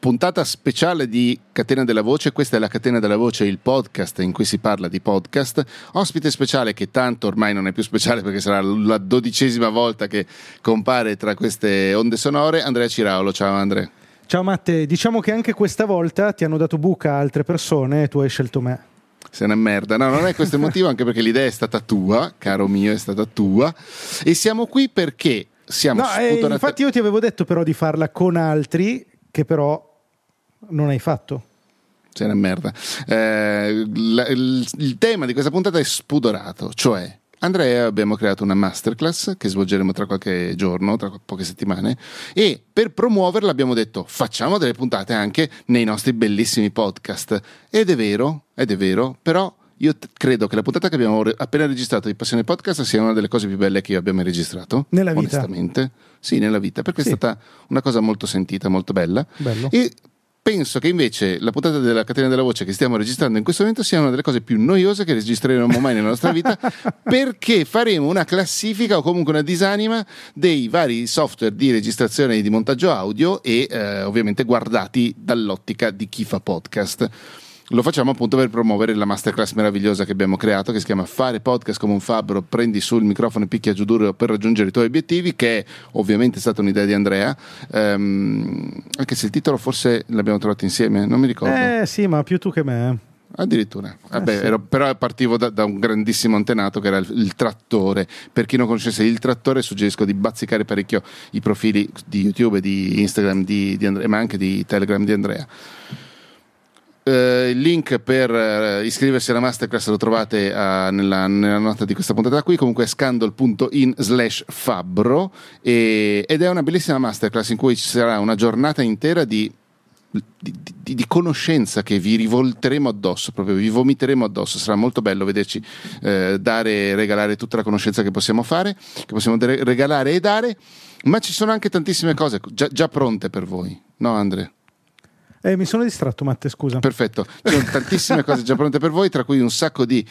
puntata speciale di Catena della Voce. Questa è la Catena della Voce, il podcast in cui si parla di podcast. Ospite speciale che tanto ormai non è più speciale perché sarà la 12ª volta che compare tra queste onde sonore, Andrea Ciraulo. Ciao Andrea. Ciao Matte, diciamo che anche questa volta ti hanno dato buca altre persone e tu hai scelto me. Sei una merda. No, non è questo il motivo, anche perché l'idea è stata tua, caro mio, è stata tua. E siamo qui perché siamo sputorati. Infatti io ti avevo detto però di farla con altri, che però non hai fatto. Sei una merda. Il tema di questa puntata è spudorato, cioè Andrea e io abbiamo creato una masterclass che svolgeremo tra qualche giorno, tra poche settimane, e per promuoverla abbiamo detto facciamo delle puntate anche nei nostri bellissimi podcast. Ed è vero, però io credo che la puntata che abbiamo appena registrato di Passione Podcast sia una delle cose più belle che io abbia mai registrato. Nella vita? Onestamente. Sì, nella vita, perché è stata una cosa molto sentita, molto bella. Bello. E penso che invece la puntata della Catena della Voce che stiamo registrando in questo momento sia una delle cose più noiose che registreremo mai nella nostra vita, perché faremo una classifica o comunque una disanima dei vari software di registrazione e di montaggio audio e ovviamente guardati dall'ottica di chi fa podcast. Lo facciamo appunto per promuovere la masterclass meravigliosa che abbiamo creato, che si chiama Fare podcast come un fabbro, prendi sul microfono e picchia giù duro per raggiungere i tuoi obiettivi, che è ovviamente stata un'idea di Andrea, anche se il titolo forse l'abbiamo trovato insieme, non mi ricordo. Sì, ma più tu che me. Addirittura. Vabbè, sì. Però partivo da un grandissimo antenato che era il trattore. Per chi non conoscesse il trattore, suggerisco di bazzicare parecchio i profili di YouTube e di Instagram di Andrea, ma anche di Telegram di Andrea. Il link per iscriversi alla masterclass lo trovate nella nota di questa puntata qui. Comunque è scandal.in/fabbro ed è una bellissima masterclass in cui ci sarà una giornata intera di conoscenza che vi rivolteremo addosso, proprio vi vomiteremo addosso. Sarà molto bello vederci regalare tutta la conoscenza che possiamo fare, che possiamo regalare e dare, ma ci sono anche tantissime cose già pronte per voi, no Andrea? Mi sono distratto, Matte, scusa. Perfetto, ci sono tantissime cose già pronte per voi, tra cui un sacco di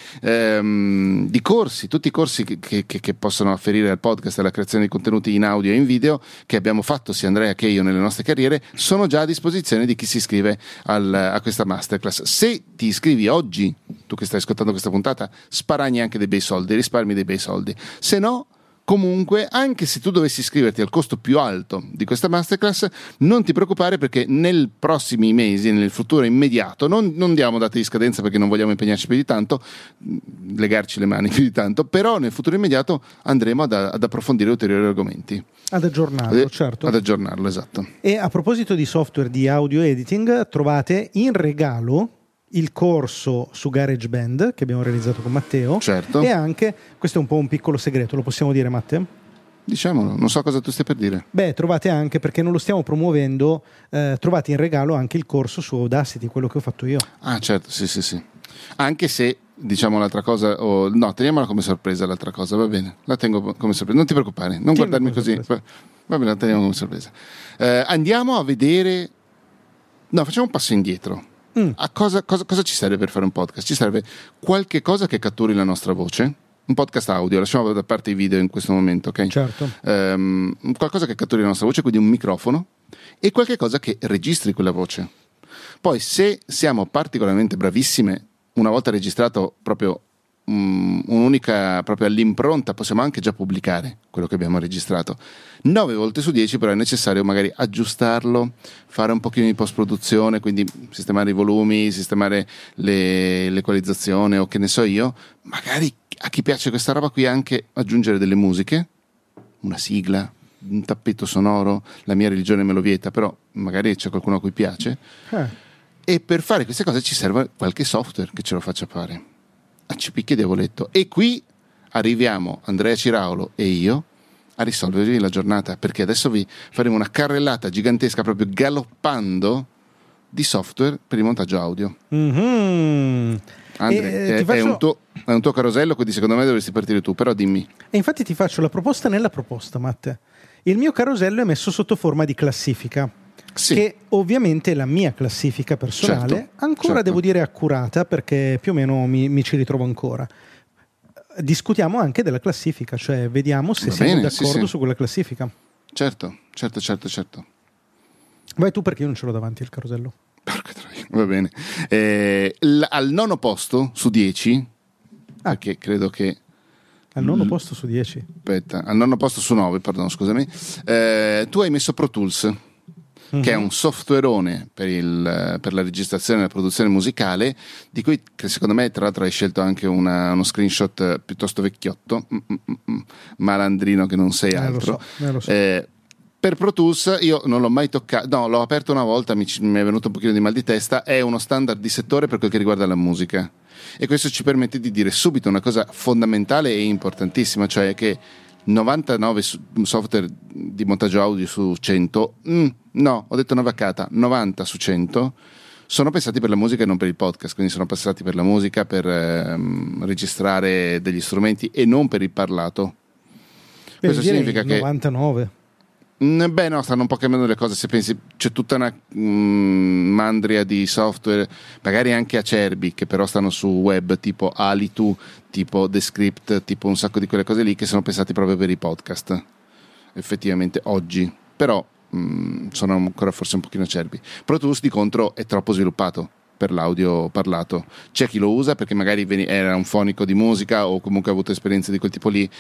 corsi, tutti i corsi che possono afferire al podcast e alla creazione di contenuti in audio e in video che abbiamo fatto sia Andrea che io nelle nostre carriere, sono già a disposizione di chi si iscrive a questa masterclass. Se ti iscrivi oggi, tu che stai ascoltando questa puntata, sparagni anche dei bei soldi, risparmi dei bei soldi. Se no, comunque, anche se tu dovessi iscriverti al costo più alto di questa masterclass, non ti preoccupare, perché nei prossimi mesi, nel futuro immediato, non diamo date di scadenza perché non vogliamo impegnarci più di tanto, legarci le mani più di tanto, però nel futuro immediato andremo ad approfondire ulteriori argomenti. Ad aggiornarlo, certo. Ad aggiornarlo, esatto. E a proposito di software di audio editing, trovate in regalo il corso su GarageBand che abbiamo realizzato con Matteo. Certo. E anche, questo è un po' un piccolo segreto, lo possiamo dire, Matte? Diciamolo, non so cosa tu stai per dire. Beh, trovate anche, perché non lo stiamo promuovendo, trovate in regalo anche il corso su Audacity, quello che ho fatto io. Ah, certo, sì. Anche se, diciamo l'altra cosa, no, teniamola come sorpresa l'altra cosa, va bene, la tengo come sorpresa, non ti preoccupare, non guardarmi così, va bene, la teniamo come sorpresa. Andiamo a vedere, no, facciamo un passo indietro. A cosa ci serve per fare un podcast? Ci serve qualche cosa che catturi la nostra voce, un podcast audio, lasciamo da parte i video in questo momento, ok? Certo. Qualcosa che catturi la nostra voce, quindi un microfono, e qualche cosa che registri quella voce. Poi, se siamo particolarmente bravissime, una volta registrato proprio un'unica, proprio all'impronta, possiamo anche già pubblicare quello che abbiamo registrato. 9 volte su 10 però è necessario magari aggiustarlo, fare un pochino di post produzione, quindi sistemare i volumi, sistemare l'equalizzazione o che ne so io. Magari a chi piace questa roba qui anche aggiungere delle musiche, una sigla, un tappeto sonoro. La mia religione me lo vieta, però magari c'è qualcuno a cui piace. E per fare queste cose ci serve qualche software che ce lo faccia fare a cipicchia diavoletto. E qui arriviamo Andrea Ciraulo e io a risolvervi la giornata, perché adesso vi faremo una carrellata gigantesca, proprio galoppando, di software per il montaggio audio. Andrea, è un tuo carosello, quindi secondo me dovresti partire tu, però dimmi. E infatti ti faccio la proposta nella proposta, Matte. Il mio carosello è messo sotto forma di classifica. Sì. Che ovviamente è la mia classifica personale, ancora devo dire accurata, perché più o meno mi ci ritrovo ancora. Discutiamo anche della classifica, cioè vediamo se siamo d'accordo su quella classifica. Certo. Vai tu, perché io non ce l'ho davanti il carosello. Porca troia, va bene. Al 9° posto su 10, perché credo che... Al 9° posto su 10? Aspetta, al 9° posto su 9, perdono, scusami. Tu hai messo Pro Tools, che è un softwareone per la registrazione e la produzione musicale, di cui secondo me tra l'altro hai scelto anche uno screenshot piuttosto vecchiotto, malandrino che non sei altro. Lo so. Per Pro Tools io non l'ho mai toccato, no, l'ho aperto una volta, mi è venuto un pochino di mal di testa. È uno standard di settore per quel che riguarda la musica, e questo ci permette di dire subito una cosa fondamentale e importantissima, cioè che 99 software di montaggio audio su 100, no, ho detto una vaccata, 90 su 100 sono pensati per la musica e non per il podcast, quindi sono pensati per la musica, per registrare degli strumenti e non per il parlato. Questo significa che 99. Beh, no, stanno un po' cambiando le cose. Se pensi, c'è tutta una mandria di software, magari anche acerbi, che però stanno su web, tipo Alitu, tipo Descript, tipo un sacco di quelle cose lì, che sono pensati proprio per i podcast, effettivamente oggi. Però sono ancora forse un pochino acerbi. Pro Tools di contro è troppo sviluppato per l'audio parlato. C'è chi lo usa perché magari era un fonico di musica o comunque ha avuto esperienze di quel tipo lì,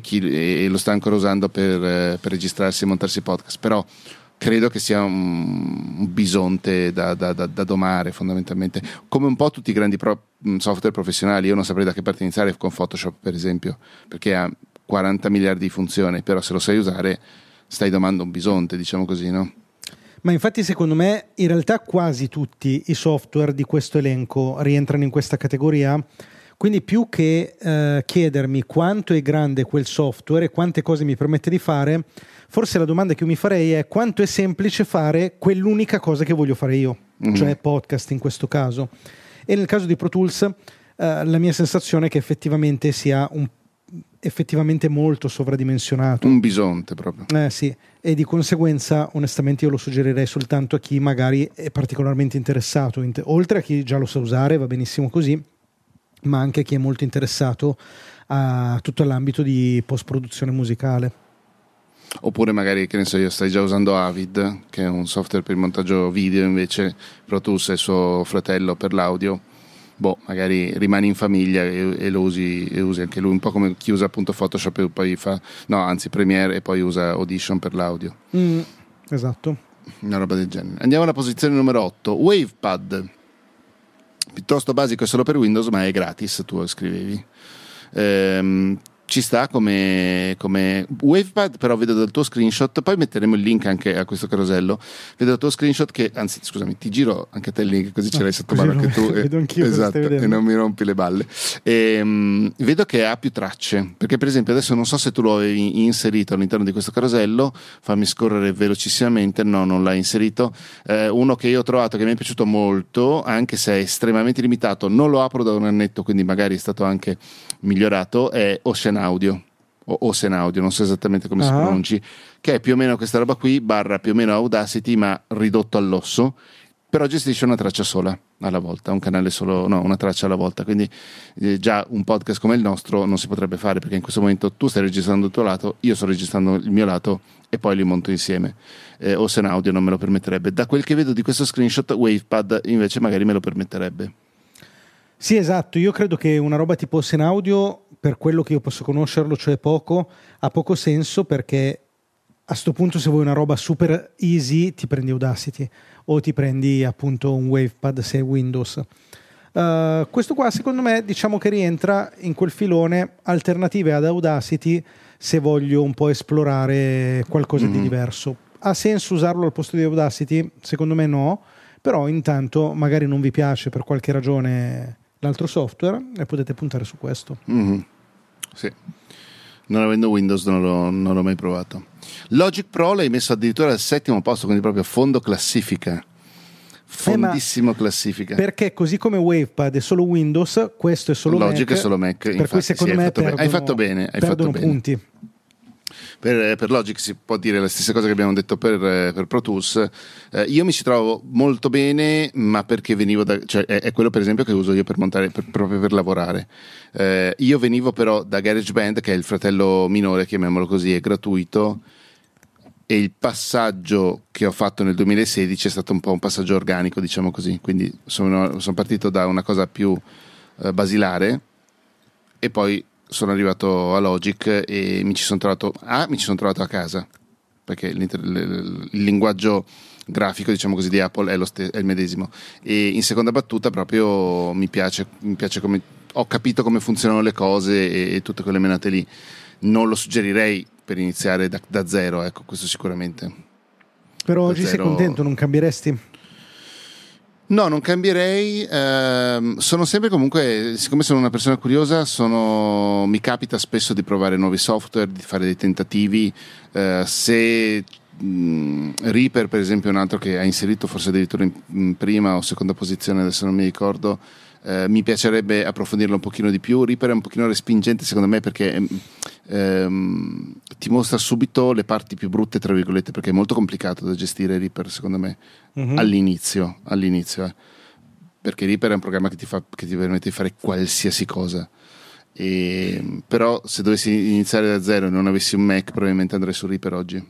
e lo sta ancora usando per registrarsi e montarsi podcast, però credo che sia un bisonte da domare, fondamentalmente, come un po' tutti i grandi software professionali. Io non saprei da che parte iniziare con Photoshop, per esempio, perché ha 40 miliardi di funzioni, però se lo sai usare stai domando un bisonte, diciamo così, no? Ma infatti secondo me in realtà quasi tutti i software di questo elenco rientrano in questa categoria, quindi più che chiedermi quanto è grande quel software e quante cose mi permette di fare, forse la domanda che io mi farei è quanto è semplice fare quell'unica cosa che voglio fare io, cioè podcast in questo caso. E nel caso di Pro Tools la mia sensazione è che effettivamente sia effettivamente molto sovradimensionato. Un bisonte proprio. Sì, e di conseguenza onestamente io lo suggerirei soltanto a chi magari è particolarmente interessato, oltre a chi già lo sa usare, va benissimo così, ma anche a chi è molto interessato a tutto l'ambito di post-produzione musicale. Oppure magari, che ne so io, stai già usando Avid, che è un software per il montaggio video, invece Pro Tools è suo fratello per l'audio. Magari rimani in famiglia e lo usi anche lui, un po' come chi usa appunto Photoshop e poi Premiere e poi usa Audition per l'audio. Esatto. Una roba del genere. Andiamo alla posizione numero 8, WavePad. Piuttosto basico, è solo per Windows, ma è gratis, tu scrivevi. Ci sta come WavePad, però vedo dal tuo screenshot, poi metteremo il link anche a questo carosello, vedo dal tuo screenshot che, anzi scusami, ti giro anche a te il link così ce l'hai sotto mano anche tu, vedo anch'io, esatto, e non mi rompi le balle. Vedo che ha più tracce, perché per esempio adesso non so se tu lo avevi inserito all'interno di questo carosello, fammi scorrere velocissimamente, no, non l'hai inserito. Uno che io ho trovato che mi è piaciuto molto, anche se è estremamente limitato, non lo apro da un annetto, quindi magari è stato anche migliorato, è Ocean Audio o Ocean Audio, non so esattamente come si pronunci, che è più o meno questa roba qui, barra più o meno Audacity ma ridotto all'osso, però gestisce una traccia sola alla volta, un canale solo, no, una traccia alla volta, quindi già un podcast come il nostro non si potrebbe fare, perché in questo momento tu stai registrando il tuo lato, io sto registrando il mio lato e poi li monto insieme. Ocean Audio non me lo permetterebbe. Da quel che vedo di questo screenshot, WavePad invece magari me lo permetterebbe. Sì, esatto, io credo che una roba tipo Ocean Audio, per quello che io posso conoscerlo, cioè poco, ha poco senso, perché a sto punto se vuoi una roba super easy ti prendi Audacity o ti prendi appunto un WavePad se è Windows. Questo qua secondo me diciamo che rientra in quel filone alternative ad Audacity se voglio un po' esplorare qualcosa di diverso. Ha senso usarlo al posto di Audacity? Secondo me no, però intanto magari non vi piace per qualche ragione l'altro software e potete puntare su questo. Sì, non avendo Windows non l'ho mai provato. Logic Pro l'hai messo addirittura al 7° posto, quindi proprio fondo classifica, fondissimo classifica, perché così come WavePad è solo Windows, questo è solo Logic Mac, è solo Mac, per infatti, cui secondo me hai fatto bene, perdono punti. Per Logic si può dire la stessa cosa che abbiamo detto per Pro Tools. Io mi ci trovo molto bene, ma perché venivo cioè è quello per esempio che uso io per montare, proprio per lavorare. Io venivo però da GarageBand, che è il fratello minore, chiamiamolo così, è gratuito, e il passaggio che ho fatto nel 2016 è stato un po' un passaggio organico, diciamo così, quindi sono partito da una cosa più basilare e poi sono arrivato a Logic e mi ci sono trovato a casa, perché il linguaggio grafico, diciamo così, di Apple è il medesimo, e in seconda battuta proprio mi piace come ho capito come funzionano le cose e tutte quelle menate lì. Non lo suggerirei per iniziare da zero, ecco, questo sicuramente. Però oggi sei contento, non cambieresti? No, non cambierei. Sono sempre, comunque, siccome sono una persona curiosa, mi capita spesso di provare nuovi software, di fare dei tentativi. Se Reaper, per esempio, è un altro che ha inserito forse addirittura in prima o seconda posizione, adesso non mi ricordo, mi piacerebbe approfondirlo un pochino di più. Reaper è un pochino respingente secondo me, perché ti mostra subito le parti più brutte, tra virgolette, perché è molto complicato da gestire Reaper secondo me, all'inizio perché Reaper è un programma che ti permette di fare qualsiasi cosa, però se dovessi iniziare da zero e non avessi un Mac, probabilmente andrei su Reaper oggi.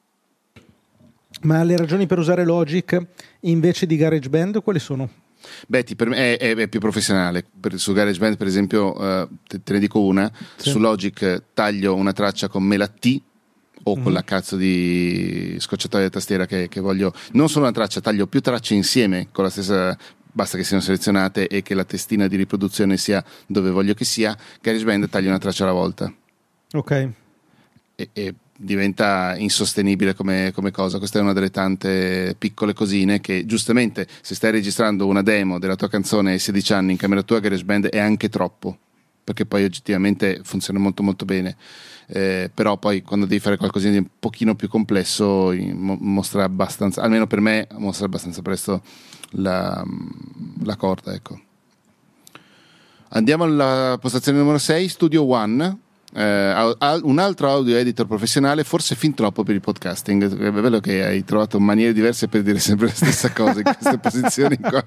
Ma le ragioni per usare Logic invece di GarageBand quali sono? Beh, per me è più professionale. Su GarageBand, per esempio, te ne dico una. Sì. Su Logic taglio una traccia con Mela T o con la cazzo di scocciatoia di tastiera che voglio. Non solo una traccia, taglio più tracce insieme con la stessa. Basta che siano selezionate e che la testina di riproduzione sia dove voglio che sia. GarageBand taglio una traccia alla volta. Ok. E diventa insostenibile come cosa. Questa è una delle tante piccole cosine che, giustamente, se stai registrando una demo della tua canzone ai 16 anni in camera tua, GarageBand è anche troppo, perché poi oggettivamente funziona molto molto bene, però poi quando devi fare qualcosa di un pochino più complesso mostra abbastanza, almeno per me mostra abbastanza presto la corda, ecco. Andiamo alla postazione numero 6, Studio One. Un altro audio editor professionale, forse fin troppo per il podcasting. È bello che hai trovato maniere diverse per dire sempre la stessa cosa in queste posizioni qua.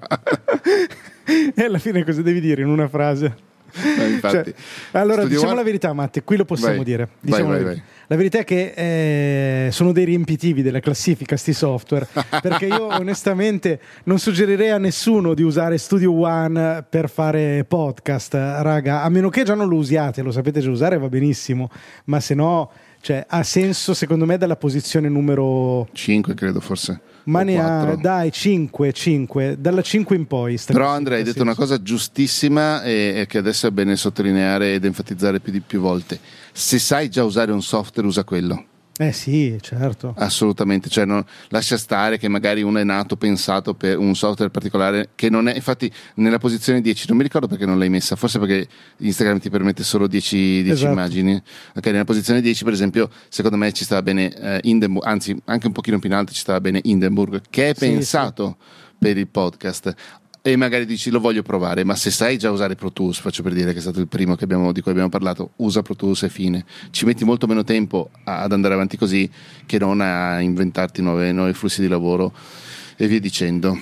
E alla fine cosa devi dire in una frase? Infatti. Allora, diciamo la verità, Matte, qui lo possiamo dire. Vai. La verità è che sono dei riempitivi della classifica sti software, perché io onestamente non suggerirei a nessuno di usare Studio One per fare podcast, raga, a meno che già non lo usiate, lo sapete già usare, va benissimo, ma se no, cioè, ha senso secondo me dalla posizione numero 5, credo, forse. Ma ne ha, dai, 5, dalla 5 in poi. Però Andrea, hai detto una cosa giustissima e che adesso è bene sottolineare ed enfatizzare più volte. Se sai già usare un software, usa quello. Sì, certo. Assolutamente, cioè lascia stare che magari uno è nato pensato per un software particolare che non è, infatti nella posizione 10, non mi ricordo perché non l'hai messa, forse perché Instagram ti permette solo 10 esatto. Immagini. Ok, nella posizione 10 per esempio, secondo me ci stava bene Hindenburg, anzi anche un pochino più in alto ci stava bene Hindenburg, che è pensato per il podcast. E magari dici lo voglio provare, ma se sai già usare Pro Tools, faccio per dire che è stato il primo di cui abbiamo parlato, usa Pro Tools e fine. Ci metti molto meno tempo ad andare avanti così che non a inventarti nuovi flussi di lavoro e via dicendo.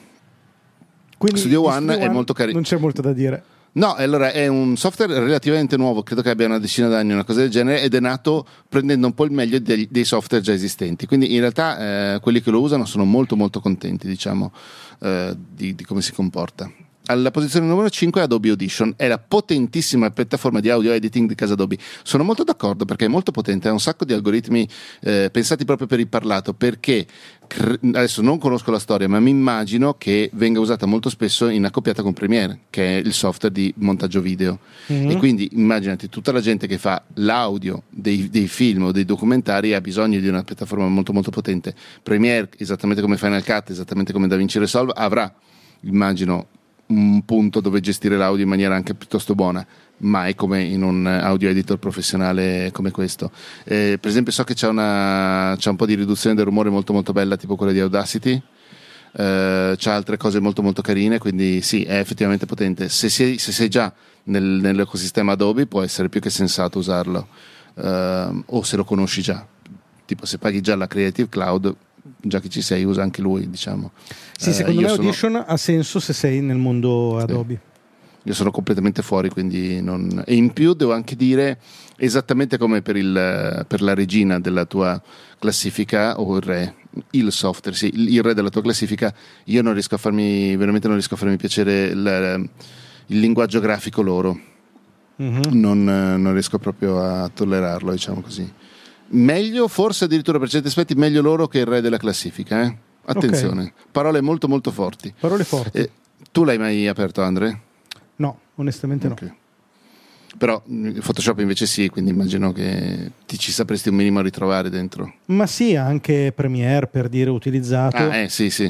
Quindi Studio One è molto carino. Non c'è molto da dire. No, allora è un software relativamente nuovo, credo che abbia una decina d'anni, una cosa del genere, ed è nato prendendo un po' il meglio dei software già esistenti. Quindi in realtà quelli che lo usano sono molto molto contenti, diciamo, di come si comporta. Alla posizione numero 5 Adobe Audition, è la potentissima piattaforma di audio editing di casa Adobe. Sono molto d'accordo perché è molto potente, ha un sacco di algoritmi pensati proprio per il parlato, perché adesso non conosco la storia, ma mi immagino che venga usata molto spesso in accoppiata con Premiere, che è il software di montaggio video. E quindi immaginati tutta la gente che fa l'audio dei film o dei documentari ha bisogno di una piattaforma molto molto potente. Premiere, esattamente come Final Cut, esattamente come DaVinci Resolve, avrà, immagino, un punto dove gestire l'audio in maniera anche piuttosto buona, mai come in un audio editor professionale come questo. Per esempio so che c'è un po' di riduzione del rumore molto molto bella, tipo quella di Audacity. C'ha altre cose molto molto carine, quindi sì, è effettivamente potente. Se sei già nell'ecosistema Adobe può essere più che sensato usarlo, o se lo conosci già, tipo se paghi già la Creative Cloud, già che ci sei, usa anche lui, diciamo. Sì, secondo me Audition ha senso se sei nel mondo Adobe. Io sono completamente fuori, quindi non... E in più devo anche dire, esattamente come per la regina della tua classifica, o il software, sì, il re della tua classifica, io non riesco a farmi, veramente non riesco a farmi piacere il linguaggio grafico loro. Non riesco proprio a tollerarlo, diciamo così. Meglio, forse addirittura per certi aspetti, meglio loro che il re della classifica, Attenzione, okay. Parole molto molto forti. Parole forti. Tu l'hai mai aperto, Andre? No, onestamente okay. No. Però Photoshop invece sì, quindi immagino che ti ci sapresti un minimo a ritrovare dentro. Ma sì, anche Premiere, per dire, utilizzato. Sì.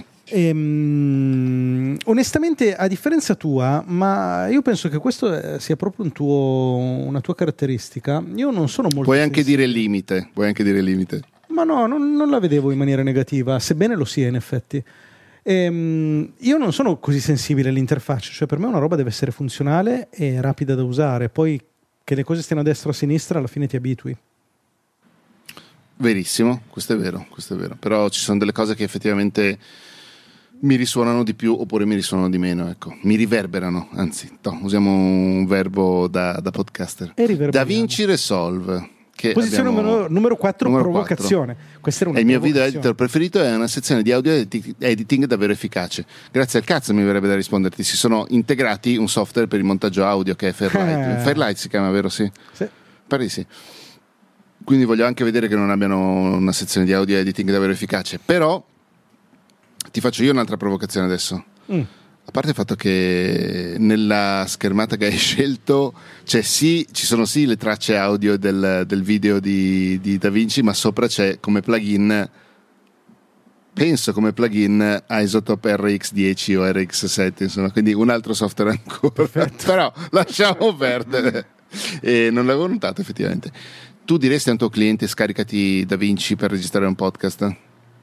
Onestamente, a differenza tua, ma io penso che questo sia proprio una tua caratteristica. Io non sono molto... Puoi anche dire limite. Ma no, non la vedevo in maniera negativa, sebbene lo sia in effetti. Io non sono così sensibile all'interfaccia, cioè per me una roba deve essere funzionale e rapida da usare, poi che le cose stiano a destra o a sinistra alla fine ti abitui. Verissimo, questo è vero, però ci sono delle cose che effettivamente mi risuonano di più oppure mi risuonano di meno, ecco. Mi riverberano, anzi, usiamo un verbo da podcaster. DaVinci Resolve. Posizione numero 4, provocazione. 4. Questa era una il mio video editor preferito, è una sezione di audio editing davvero efficace. Grazie al cazzo, mi verrebbe da risponderti. Si sono integrati un software per il montaggio audio che è Fairlight. Fairlight si chiama, vero? Sì. Pare di sì. Quindi voglio anche vedere che non abbiano una sezione di audio editing davvero efficace. Però ti faccio io un'altra provocazione adesso. A parte il fatto che nella schermata che hai scelto ci sono sì le tracce audio del video di DaVinci, ma sopra c'è come plugin Isotope RX10 o RX7, insomma, quindi un altro software ancora. Perfetto. Però lasciamo perdere. E non l'avevo notato effettivamente. Tu diresti a un tuo cliente: scaricati DaVinci per registrare un podcast?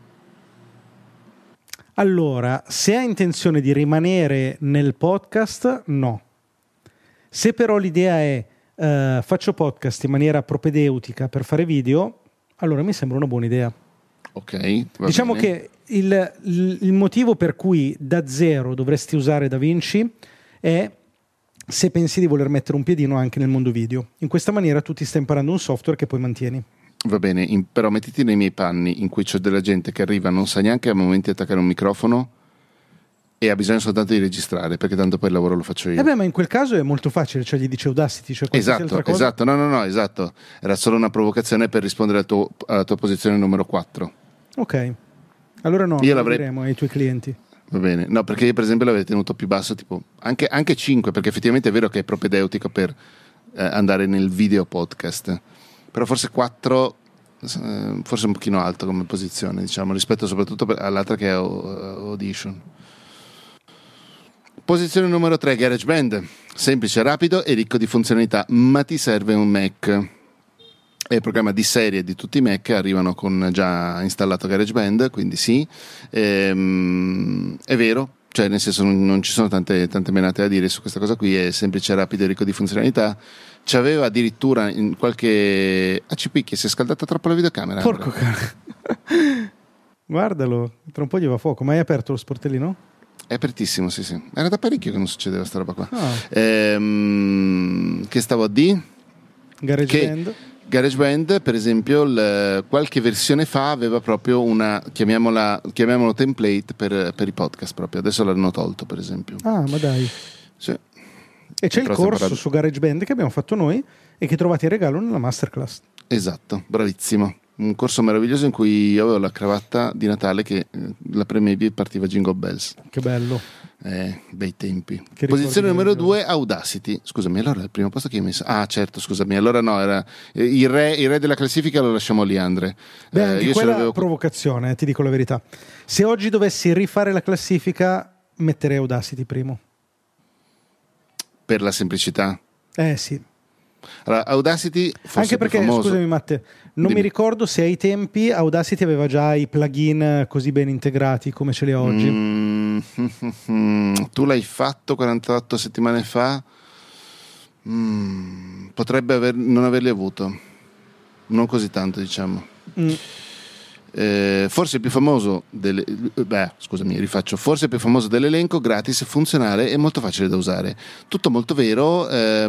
Allora, se hai intenzione di rimanere nel podcast, no. Se però l'idea è faccio podcast in maniera propedeutica per fare video, allora mi sembra una buona idea. Ok. Diciamo bene. Che il motivo per cui da zero dovresti usare DaVinci è se pensi di voler mettere un piedino anche nel mondo video. In questa maniera tu ti stai imparando un software che poi mantieni. Va bene, però mettiti nei miei panni in cui c'è della gente che arriva, non sa neanche a momenti attaccare un microfono e ha bisogno soltanto di registrare, perché tanto poi il lavoro lo faccio io. Ma in quel caso è molto facile, cioè gli dice Audacity, cioè esatto, no, esatto. Era solo una provocazione per rispondere alla tua posizione numero 4. Ok, allora no, io lo diremo ai tuoi clienti. Va bene, no, perché io per esempio l'avevo tenuto più basso, tipo anche 5, perché effettivamente è vero che è propedeutico per andare nel video podcast. Però forse 4, forse un pochino alto come posizione, diciamo, rispetto soprattutto all'altra che è Audition. Posizione numero 3, GarageBand. Semplice, rapido e ricco di funzionalità, ma ti serve un Mac. È il programma di serie di tutti i Mac, arrivano con già installato GarageBand, quindi sì, è vero. Cioè, nel senso, non ci sono tante menate da dire su questa cosa qui. È semplice, rapido e ricco di funzionalità. C'aveva addirittura in qualche Cipicchi, si è scaldata troppo la videocamera. Porco cane. Guardalo, tra un po' gli va fuoco. Ma hai aperto lo sportellino? È apertissimo, sì. Era da parecchio che non succedeva sta roba qua. Che stavo a dire? GarageBand, per esempio, qualche versione fa aveva proprio una, chiamiamolo template per i podcast proprio. Adesso l'hanno tolto, per esempio. Ah, ma dai. Sì. E c'è il corso su GarageBand che abbiamo fatto noi e che trovate in regalo nella masterclass. Esatto, bravissimo. Un corso meraviglioso in cui io avevo la cravatta di Natale che la premevi e partiva Jingle Bells. Che bello. Bei tempi. Posizione numero 2, Audacity. Scusami, allora il primo posto che hai messo? Ah, certo, scusami. Allora no, era il re della classifica, lo lasciamo lì, Andre. Anche io quella provocazione, ti dico la verità. Se oggi dovessi rifare la classifica, metterei Audacity primo. Per la semplicità? Sì. Allora, Audacity forse anche perché, famoso. Scusami Matte, mi ricordo se ai tempi Audacity aveva già i plugin così ben integrati come ce li ha oggi. Tu l'hai fatto 48 settimane fa, potrebbe non averli avuto, non così tanto, diciamo. Forse il più famoso forse il più famoso dell'elenco, gratis, funzionale e molto facile da usare. Tutto molto vero.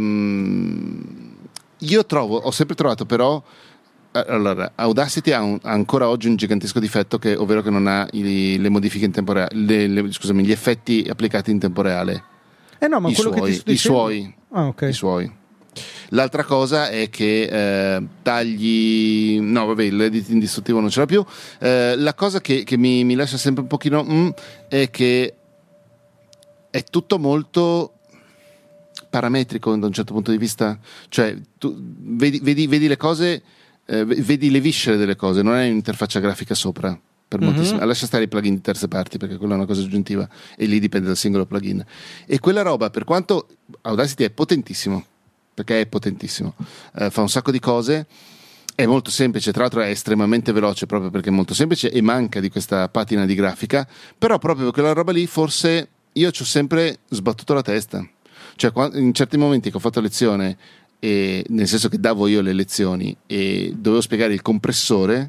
Io ho sempre trovato però, allora, Audacity ha ancora oggi un gigantesco difetto, ovvero che non ha le modifiche in tempo reale, gli effetti applicati in tempo reale. No, ma I suoi. L'altra cosa è che tagli, no vabbè, l'edit indistruttivo non ce l'ha più. La cosa che mi lascia sempre un pochino è che è tutto molto parametrico da un certo punto di vista, cioè tu vedi le cose, vedi le viscere delle cose, non è un'interfaccia grafica sopra per moltissime. Lascia stare i plugin di terze parti, perché quella è una cosa aggiuntiva e lì dipende dal singolo plugin. E quella roba, per quanto Audacity è potentissimo, perché è potentissimo, fa un sacco di cose, è molto semplice, tra l'altro è estremamente veloce proprio perché è molto semplice e manca di questa patina di grafica, però proprio per quella roba lì forse io ci ho sempre sbattuto la testa, cioè in certi momenti che ho fatto lezione, e nel senso che davo io le lezioni e dovevo spiegare il compressore,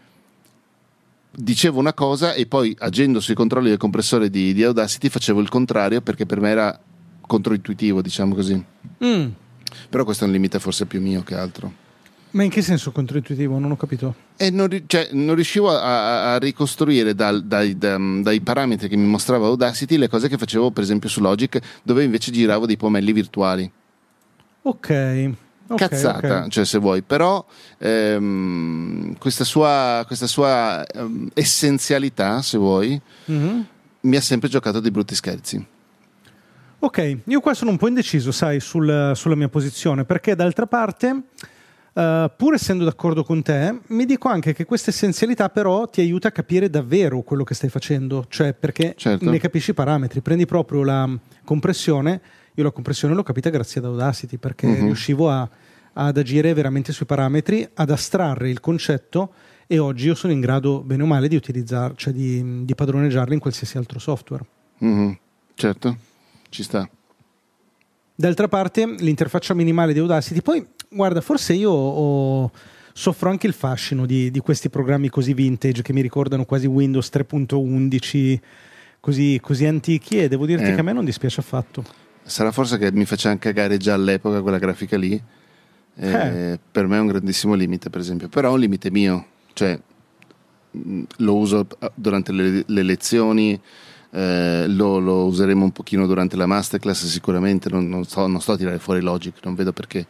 dicevo una cosa e poi agendo sui controlli del compressore di Audacity facevo il contrario, perché per me era controintuitivo, diciamo così. Però questo è un limite forse più mio che altro. Ma in che senso controintuitivo? Non ho capito. Non riuscivo a ricostruire dai parametri che mi mostrava Audacity le cose che facevo per esempio su Logic, dove invece giravo dei pomelli virtuali. Ok. Cazzata, cioè se vuoi, però questa sua essenzialità, se vuoi, mi ha sempre giocato dei brutti scherzi. Ok, io qua sono un po' indeciso, sai, sulla mia posizione, perché d'altra parte, pur essendo d'accordo con te, mi dico anche che questa essenzialità però ti aiuta a capire davvero quello che stai facendo, cioè perché ne capisci i parametri, prendi proprio la compressione. Io la compressione l'ho capita grazie ad Audacity, perché riuscivo ad agire veramente sui parametri, ad astrarre il concetto, e oggi io sono in grado, bene o male, di utilizzare, cioè di padroneggiarlo in qualsiasi altro software. Certo, ci sta. D'altra parte, l'interfaccia minimale di Audacity, poi, guarda, forse io soffro anche il fascino di questi programmi così vintage, che mi ricordano quasi Windows 3.11, così antichi, e devo dirti che a me non dispiace affatto. Sarà forse che mi faceva cagare già all'epoca quella grafica lì. Per me è un grandissimo limite, per esempio, però è un limite mio, cioè lo uso durante le lezioni, lo useremo un pochino durante la masterclass sicuramente, non sto a tirare fuori Logic, non vedo perché.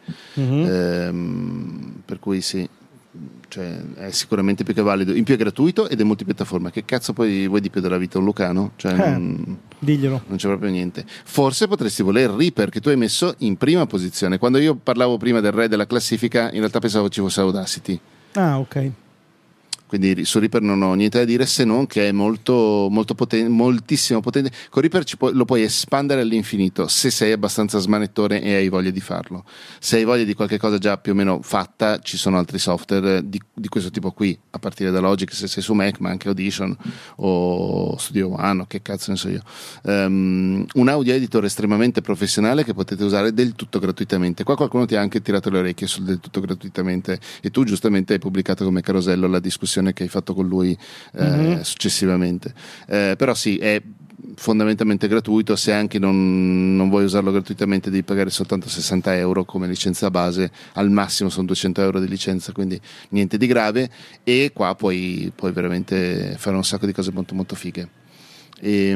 Per cui sì, cioè è sicuramente più che valido, in più è gratuito ed è multipiattaforma. Che cazzo poi vuoi di più della vita un lucano? Cioè diglielo. Non c'è proprio niente. Forse potresti voler Reaper, che tu hai messo in prima posizione. Quando io parlavo prima del re della classifica, in realtà pensavo ci fosse Audacity. Ok. Quindi su Reaper non ho niente da dire, se non che è molto, molto potente, moltissimo potente. Con Reaper lo puoi espandere all'infinito se sei abbastanza smanettone e hai voglia di farlo. Se hai voglia di qualche cosa già più o meno fatta, ci sono altri software di questo tipo qui, a partire da Logic se sei su Mac, ma anche Audition o Studio One, o che cazzo ne so io. Un audio editor estremamente professionale che potete usare del tutto gratuitamente. Qua qualcuno ti ha anche tirato le orecchie sul del tutto gratuitamente, e tu giustamente hai pubblicato come carosello la discussione che hai fatto con lui successivamente, però sì, è fondamentalmente gratuito. Se anche non vuoi usarlo gratuitamente devi pagare soltanto 60 euro come licenza base, al massimo sono 200 euro di licenza, quindi niente di grave, e qua puoi veramente fare un sacco di cose molto molto fighe. E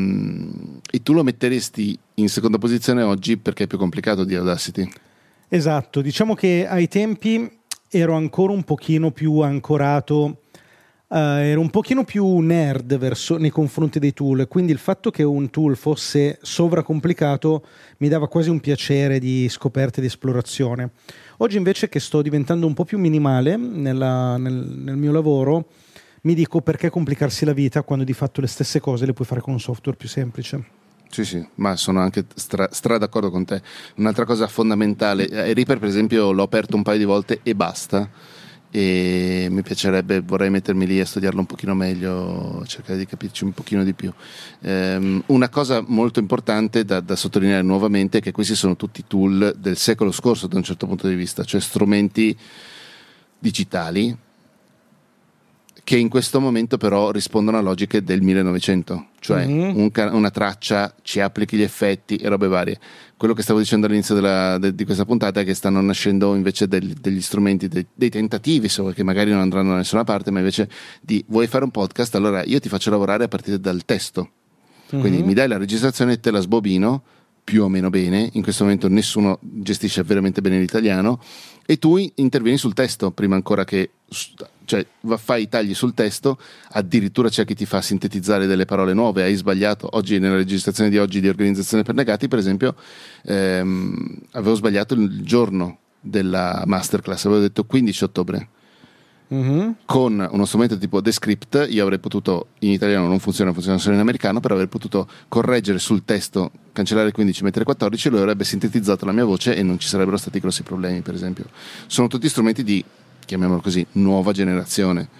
tu lo metteresti in seconda posizione oggi perché è più complicato di Audacity? Esatto, diciamo che ai tempi ero ancora un pochino più ancorato, ero un pochino più nerd nei confronti dei tool, quindi il fatto che un tool fosse sovracomplicato mi dava quasi un piacere di scoperta e di esplorazione. Oggi invece che sto diventando un po' più minimale nel mio lavoro, mi dico: perché complicarsi la vita quando di fatto le stesse cose le puoi fare con un software più semplice? Sì, ma sono anche stra d'accordo con te. Un'altra cosa fondamentale, Reaper per esempio l'ho aperto un paio di volte e basta, e mi piacerebbe, vorrei mettermi lì a studiarlo un pochino meglio, cercare di capirci un pochino di più. Una cosa molto importante da sottolineare nuovamente è che questi sono tutti tool del secolo scorso da un certo punto di vista, cioè strumenti digitali che in questo momento però rispondono a logiche del 1900, cioè una traccia, ci applichi gli effetti e robe varie. Quello che stavo dicendo all'inizio di questa puntata è che stanno nascendo invece degli strumenti, dei tentativi, che magari non andranno da nessuna parte, ma invece vuoi fare un podcast, allora io ti faccio lavorare a partire dal testo, quindi mi dai la registrazione e te la sbobino più o meno bene. In questo momento nessuno gestisce veramente bene l'italiano, e tu intervieni sul testo prima ancora che, cioè fai i tagli sul testo, addirittura c'è chi ti fa sintetizzare delle parole nuove, hai sbagliato. Oggi nella registrazione di oggi di Organizzazione per Negati, per esempio, avevo sbagliato il giorno della masterclass, avevo detto 15 ottobre. Con uno strumento tipo Descript io avrei potuto, in italiano non funziona solo in americano, però avrei potuto correggere sul testo, cancellare 15, mettere 14, lui avrebbe sintetizzato la mia voce e non ci sarebbero stati grossi problemi, per esempio. Sono tutti strumenti di, chiamiamolo così, nuova generazione.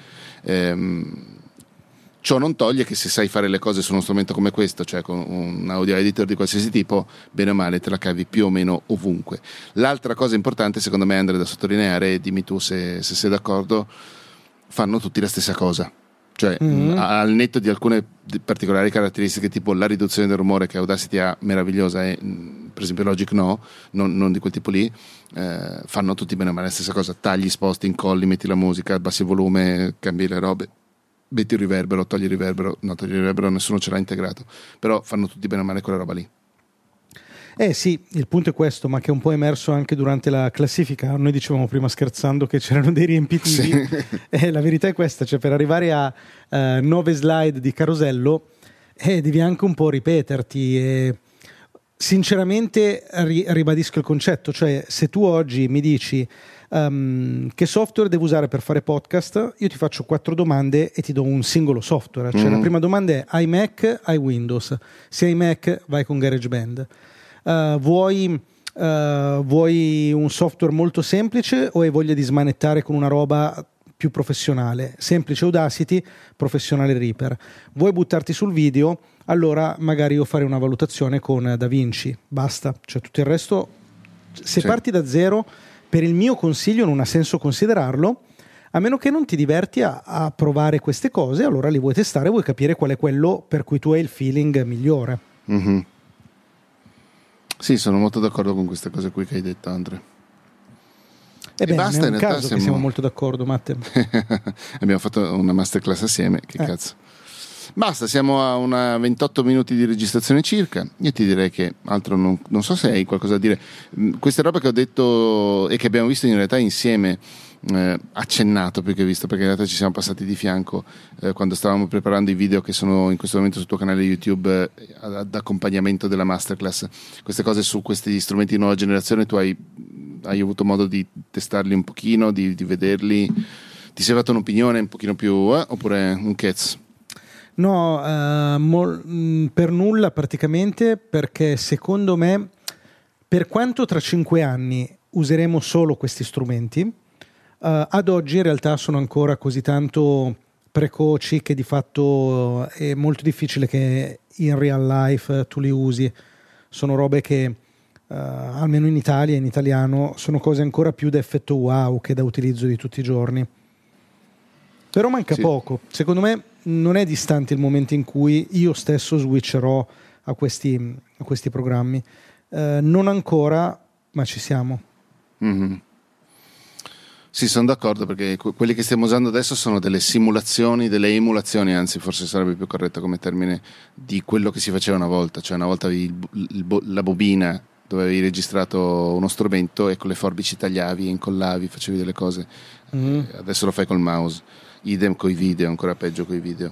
Ciò non toglie che se sai fare le cose su uno strumento come questo, cioè con un audio editor di qualsiasi tipo, bene o male te la cavi più o meno ovunque. L'altra cosa importante, secondo me, Andre, da sottolineare, e dimmi tu se sei d'accordo, fanno tutti la stessa cosa. Cioè, al netto di alcune particolari caratteristiche, tipo la riduzione del rumore che Audacity ha meravigliosa, e per esempio Logic non di quel tipo lì, fanno tutti bene o male la stessa cosa. Tagli, sposti, incolli, metti la musica, abbassi il volume, cambi le robe, metti il riverbero, togli il riverbero, nessuno ce l'ha integrato, però fanno tutti bene o male quella roba lì. Sì, il punto è questo, ma che è un po' emerso anche durante la classifica. Noi dicevamo prima scherzando che c'erano dei riempitivi, sì. La verità è questa, cioè per arrivare a 9 slide di carosello devi anche un po' ripeterti, e sinceramente ribadisco il concetto, cioè se tu oggi mi dici che software devo usare per fare podcast, io ti faccio 4 domande e ti do un singolo software. Cioè la prima domanda è: hai Mac, hai Windows? Se hai Mac vai con GarageBand. Vuoi un software molto semplice o hai voglia di smanettare con una roba più professionale? Semplice Audacity, professionale Reaper. Vuoi buttarti sul video? Allora magari io farei una valutazione con DaVinci, basta. Cioè tutto il resto, se parti da zero, per il mio consiglio non ha senso considerarlo, a meno che non ti diverti a provare queste cose. Allora li vuoi testare, vuoi capire qual è quello per cui tu hai il feeling migliore. Sì, sono molto d'accordo con queste cose qui che hai detto, Andre. Basta, è un caso che siamo molto d'accordo, Matte. Abbiamo fatto una masterclass assieme, che cazzo. Basta, siamo a una 28 minuti di registrazione circa. Io ti direi che altro non so se hai qualcosa da dire. Queste robe che ho detto e che abbiamo visto in realtà insieme, accennato più che visto, perché in realtà ci siamo passati di fianco quando stavamo preparando i video che sono in questo momento sul tuo canale YouTube ad accompagnamento della masterclass. Queste cose su questi strumenti di nuova generazione, tu hai avuto modo di testarli un pochino, di vederli? Ti sei fatto un'opinione un pochino più oppure un cazzo? No, per nulla praticamente, perché secondo me, per quanto tra 5 anni useremo solo questi strumenti, ad oggi in realtà sono ancora così tanto precoci che di fatto è molto difficile che in real life tu li usi. Sono robe che almeno in Italia, in italiano, sono cose ancora più da effetto wow che da utilizzo di tutti i giorni. Però manca poco. Secondo me non è distante il momento in cui io stesso switcherò a questi programmi. Non ancora, ma ci siamo. Sì, sono d'accordo, perché quelli che stiamo usando adesso sono delle simulazioni, delle emulazioni, anzi forse sarebbe più corretto come termine, di quello che si faceva una volta. Cioè una volta avevi la bobina dove avevi registrato uno strumento e con le forbici tagliavi e incollavi, facevi delle cose. Adesso lo fai col mouse. Idem coi video, ancora peggio coi video,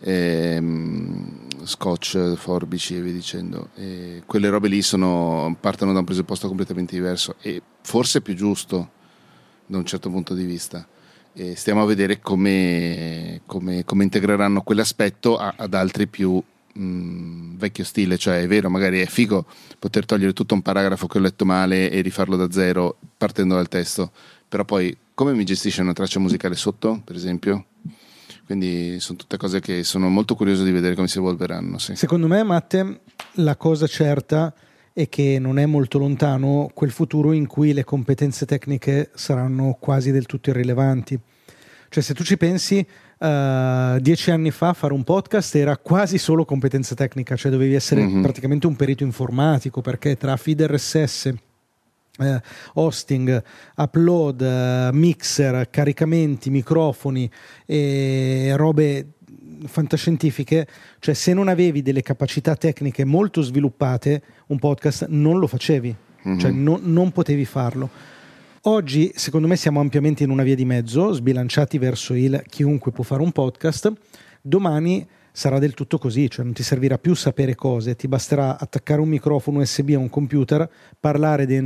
scotch, forbici e via dicendo. Quelle robe lì partono da un presupposto completamente diverso e forse più giusto da un certo punto di vista. Stiamo a vedere come integreranno quell'aspetto ad altri più vecchio stile. Cioè è vero, magari è figo poter togliere tutto un paragrafo che ho letto male e rifarlo da zero partendo dal testo, però poi come mi gestisce una traccia musicale sotto, per esempio? Quindi sono tutte cose che sono molto curioso di vedere come si evolveranno. Sì. Secondo me, Matte, la cosa certa è che non è molto lontano quel futuro in cui le competenze tecniche saranno quasi del tutto irrilevanti. Cioè, se tu ci pensi, 10 anni fa fare un podcast era quasi solo competenza tecnica, cioè dovevi essere praticamente un perito informatico, perché tra feed RSS, hosting, upload, mixer, caricamenti, microfoni e robe fantascientifiche, cioè se non avevi delle capacità tecniche molto sviluppate un podcast non lo facevi, cioè non potevi farlo. Oggi secondo me siamo ampiamente in una via di mezzo, sbilanciati verso il chiunque può fare un podcast. Domani sarà del tutto così, cioè non ti servirà più sapere cose, ti basterà attaccare un microfono USB a un computer, parlarci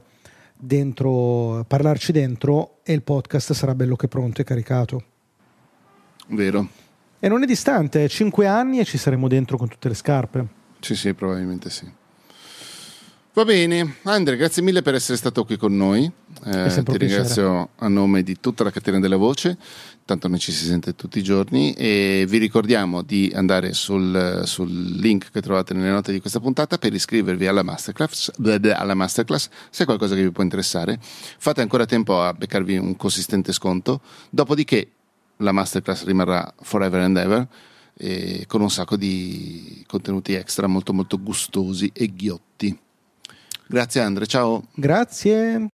dentro e il podcast sarà bello che pronto e caricato. Vero. E non è distante, 5 anni e ci saremo dentro con tutte le scarpe. Sì, probabilmente sì. Va bene, Andre, grazie mille per essere stato qui con noi. Ti ringrazio a nome di tutta la catena della voce, tanto noi ci si sente tutti i giorni, e vi ricordiamo di andare sul link che trovate nelle note di questa puntata per iscrivervi alla masterclass, se è qualcosa che vi può interessare. Fate ancora tempo a beccarvi un consistente sconto, dopodiché la masterclass rimarrà forever and ever, e con un sacco di contenuti extra molto molto gustosi e ghiotti. Grazie Andre, ciao. Grazie.